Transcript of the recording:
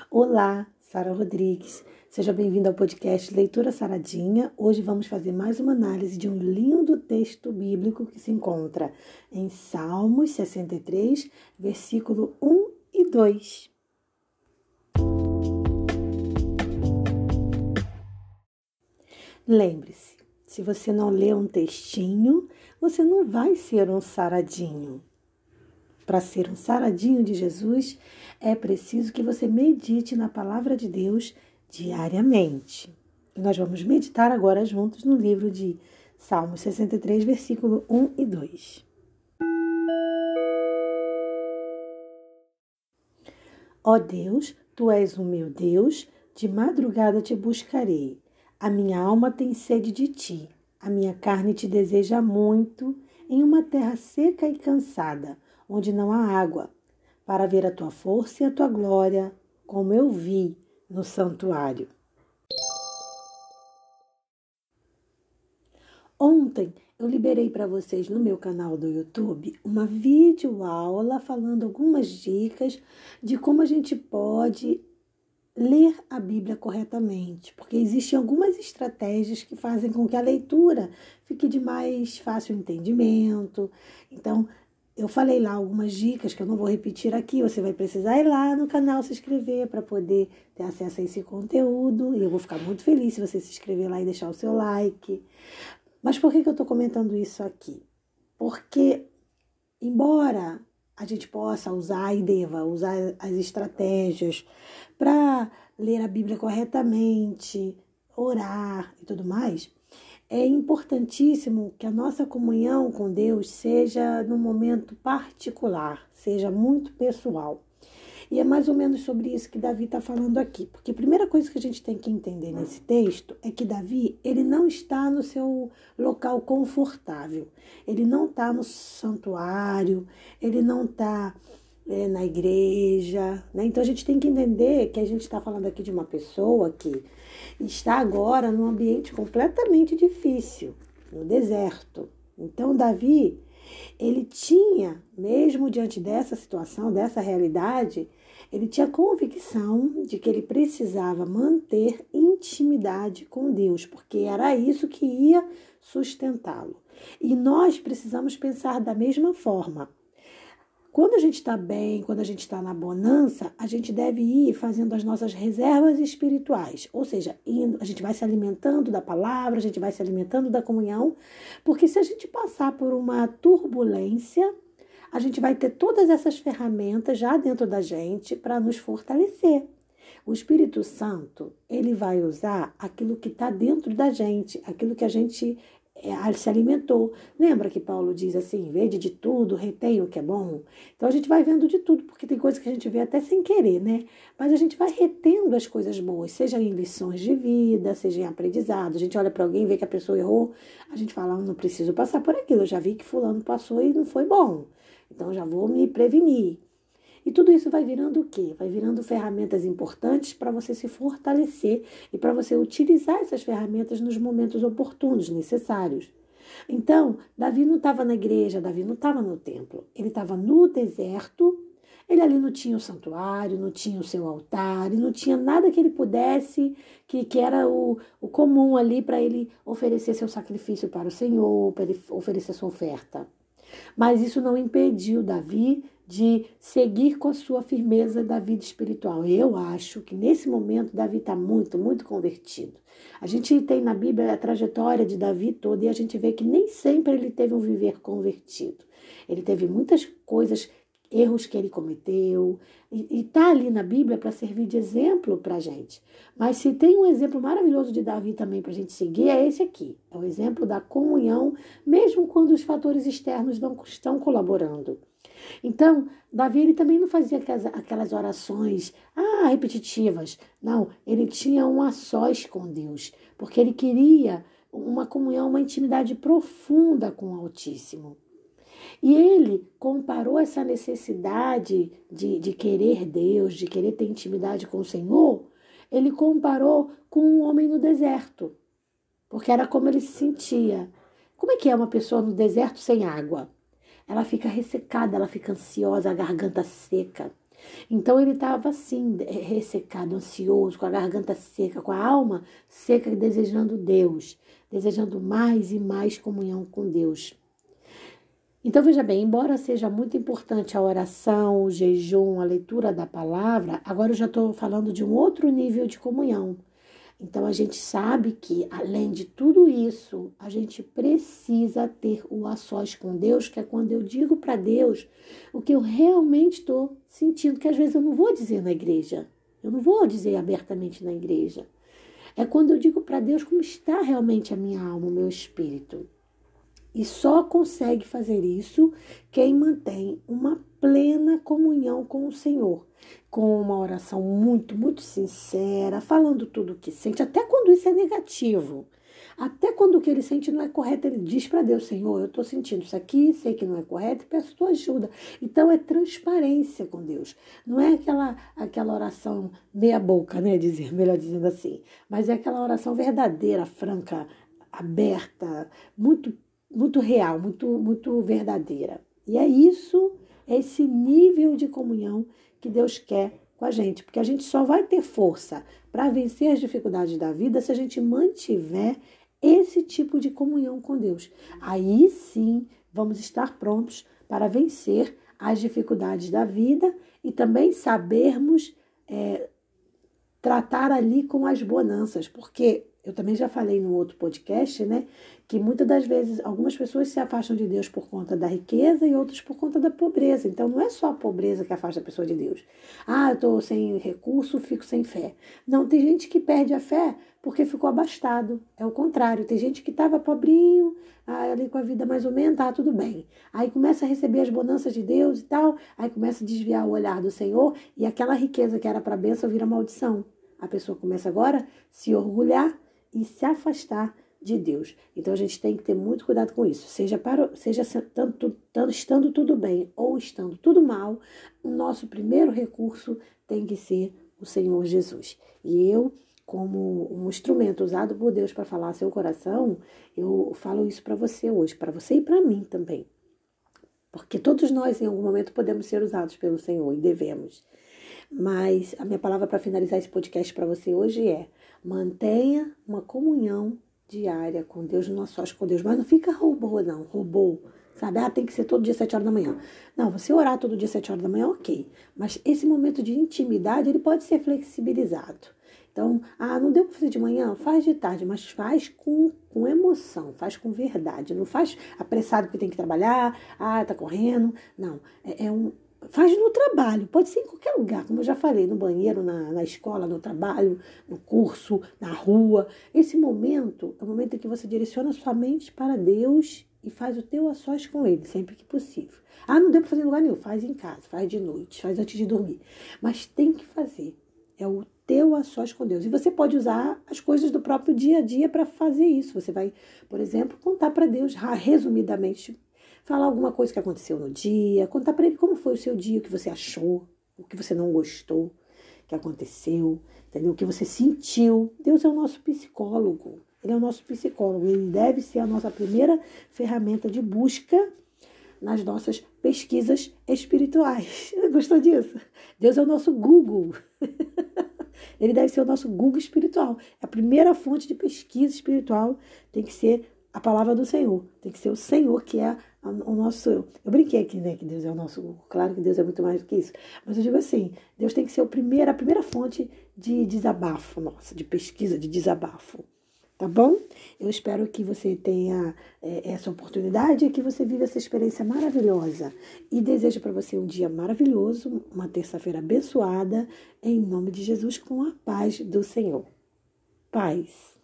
Olá, Sara Rodrigues. Seja bem-vindo ao podcast Leitura Saradinha. Hoje vamos fazer mais uma análise de um lindo texto bíblico que se encontra em Salmos 63, versículo 1 e 2. Lembre-se, se você não lê um textinho, você não vai ser um saradinho. Para ser um saradinho de Jesus, é preciso que você medite na palavra de Deus diariamente. E nós vamos meditar agora juntos no livro de Salmos 63, versículo 1 e 2. Ó Deus, Tu és o meu Deus, de madrugada te buscarei. A minha alma tem sede de Ti, a minha carne te deseja muito, em uma terra seca e cansada, onde não há água, para ver a Tua força e a Tua glória, como eu vi no santuário. Ontem eu liberei para vocês no meu canal do YouTube uma videoaula falando algumas dicas de como a gente pode ler a Bíblia corretamente, porque existem algumas estratégias que fazem com que a leitura fique de mais fácil entendimento. Então, eu falei lá algumas dicas que eu não vou repetir aqui, você vai precisar ir lá no canal se inscrever para poder ter acesso a esse conteúdo, e eu vou ficar muito feliz se você se inscrever lá e deixar o seu like. Mas por que eu estou comentando isso aqui? Porque, embora a gente possa usar e deva usar as estratégias para ler a Bíblia corretamente, orar e tudo mais, é importantíssimo que a nossa comunhão com Deus seja num momento particular, seja muito pessoal. E é mais ou menos sobre isso que Davi está falando aqui. Porque a primeira coisa que a gente tem que entender nesse texto é que Davi, ele não está no seu local confortável. Ele não está no santuário, ele não está na igreja, né? Então a gente tem que entender que a gente está falando aqui de uma pessoa que está agora num ambiente completamente difícil, no deserto. Então Davi, ele tinha, mesmo diante dessa situação, dessa realidade, ele tinha convicção de que ele precisava manter intimidade com Deus, porque era isso que ia sustentá-lo. E nós precisamos pensar da mesma forma. Quando a gente está bem, quando a gente está na bonança, a gente deve ir fazendo as nossas reservas espirituais. Ou seja, a gente vai se alimentando da palavra, a gente vai se alimentando da comunhão, porque se a gente passar por uma turbulência, a gente vai ter todas essas ferramentas já dentro da gente para nos fortalecer. O Espírito Santo, ele vai usar aquilo que está dentro da gente, aquilo que a gente se alimentou. Lembra que Paulo diz assim, vede de tudo, retém o que é bom? Então a gente vai vendo de tudo, porque tem coisas que a gente vê até sem querer, né? Mas a gente vai retendo as coisas boas, seja em lições de vida, seja em aprendizado. A gente olha para alguém, vê que a pessoa errou, a gente fala, não preciso passar por aquilo, eu já vi que fulano passou e não foi bom. Então já vou me prevenir. E tudo isso vai virando o quê? Vai virando ferramentas importantes para você se fortalecer e para você utilizar essas ferramentas nos momentos oportunos, necessários. Então, Davi não estava na igreja, Davi não estava no templo. Ele estava no deserto, ele ali não tinha o santuário, não tinha o seu altar, e não tinha nada que ele pudesse, que era o comum ali para ele oferecer seu sacrifício para o Senhor, para ele oferecer sua oferta. Mas isso não impediu Davi de seguir com a sua firmeza da vida espiritual. Eu acho que nesse momento Davi está muito, muito convertido. A gente tem na Bíblia a trajetória de Davi toda e a gente vê que nem sempre ele teve um viver convertido. Ele teve muitas coisas, erros que ele cometeu, e está ali na Bíblia para servir de exemplo para a gente. Mas se tem um exemplo maravilhoso de Davi também para a gente seguir, é esse aqui. É o exemplo da comunhão, mesmo quando os fatores externos não estão colaborando. Então, Davi ele também não fazia aquelas orações repetitivas. Não, ele tinha um a sós com Deus, porque ele queria uma comunhão, uma intimidade profunda com o Altíssimo. E ele comparou essa necessidade de querer Deus, de querer ter intimidade com o Senhor, ele comparou com um homem no deserto, porque era como ele se sentia. Como é que é uma pessoa no deserto sem água? Ela fica ressecada, ela fica ansiosa, a garganta seca. Então ele estava assim, ressecado, ansioso, com a garganta seca, com a alma seca, desejando Deus, desejando mais e mais comunhão com Deus. Então, veja bem, embora seja muito importante a oração, o jejum, a leitura da palavra, agora eu já estou falando de um outro nível de comunhão. Então, a gente sabe que, além de tudo isso, a gente precisa ter o a sós com Deus, que é quando eu digo para Deus o que eu realmente estou sentindo, que às vezes eu não vou dizer na igreja, eu não vou dizer abertamente na igreja. É quando eu digo para Deus como está realmente a minha alma, o meu espírito. E só consegue fazer isso quem mantém uma plena comunhão com o Senhor, com uma oração muito, muito sincera, falando tudo o que sente, até quando isso é negativo. Até quando o que ele sente não é correto, ele diz para Deus: Senhor, eu estou sentindo isso aqui, sei que não é correto, peço tua ajuda. Então é transparência com Deus. Não é aquela oração meia boca, né, melhor dizendo assim, mas é aquela oração verdadeira, franca, aberta, muito real, muito verdadeira. E é isso, é esse nível de comunhão que Deus quer com a gente, porque a gente só vai ter força para vencer as dificuldades da vida se a gente mantiver esse tipo de comunhão com Deus. Aí sim vamos estar prontos para vencer as dificuldades da vida e também sabermos tratar ali com as bonanças, porque eu também já falei no outro podcast, né, que muitas das vezes algumas pessoas se afastam de Deus por conta da riqueza e outras por conta da pobreza. Então não é só a pobreza que afasta a pessoa de Deus. Ah, eu estou sem recurso, fico sem fé. Não, tem gente que perde a fé porque ficou abastado. É o contrário, tem gente que estava pobrinho, ali com a vida mais ou menos, tá tudo bem. Aí começa a receber as bonanças de Deus e tal, aí começa a desviar o olhar do Senhor e aquela riqueza que era para bênção vira maldição. A pessoa começa agora a se orgulhar e se afastar de Deus. Então a gente tem que ter muito cuidado com isso. Seja estando tudo bem ou estando tudo mal, o nosso primeiro recurso tem que ser o Senhor Jesus. E eu, como um instrumento usado por Deus para falar seu coração, eu falo isso para você hoje, para você e para mim também. Porque todos nós, em algum momento, podemos ser usados pelo Senhor e devemos. Mas a minha palavra para finalizar esse podcast para você hoje é: mantenha uma comunhão diária com Deus, não só com Deus. Mas não fica robô, sabe? Tem que ser todo dia 7 horas da manhã. Não, você orar todo dia 7 horas da manhã, ok. Mas esse momento de intimidade, ele pode ser flexibilizado. Então, não deu para fazer de manhã? Faz de tarde, mas faz com emoção, faz com verdade. Não faz apressado porque tem que trabalhar, tá correndo. Não, faz no trabalho, pode ser em qualquer lugar, como eu já falei, no banheiro, na escola, no trabalho, no curso, na rua. Esse momento é o momento em que você direciona sua mente para Deus e faz o teu a sós com Ele, sempre que possível. Não deu para fazer em lugar nenhum, faz em casa, faz de noite, faz antes de dormir. Mas tem que fazer, é o teu a sós com Deus. E você pode usar as coisas do próprio dia a dia para fazer isso. Você vai, por exemplo, contar para Deus, resumidamente, falar alguma coisa que aconteceu no dia, contar para Ele como foi o seu dia, o que você achou, o que você não gostou, que aconteceu, entendeu? O que você sentiu. Deus é o nosso psicólogo. Ele é o nosso psicólogo. Ele deve ser a nossa primeira ferramenta de busca nas nossas pesquisas espirituais. Gostou disso? Deus é o nosso Google. Ele deve ser o nosso Google espiritual. A primeira fonte de pesquisa espiritual tem que ser a palavra do Senhor. Tem que ser o Senhor que é o nosso... Eu brinquei aqui, né, que Deus é o nosso Google. Claro que Deus é muito mais do que isso. Mas eu digo assim, Deus tem que ser a primeira fonte de desabafo, de pesquisa, de desabafo. Tá bom? Eu espero que você tenha essa oportunidade e que você viva essa experiência maravilhosa. E desejo para você um dia maravilhoso, uma terça-feira abençoada, em nome de Jesus, com a paz do Senhor. Paz.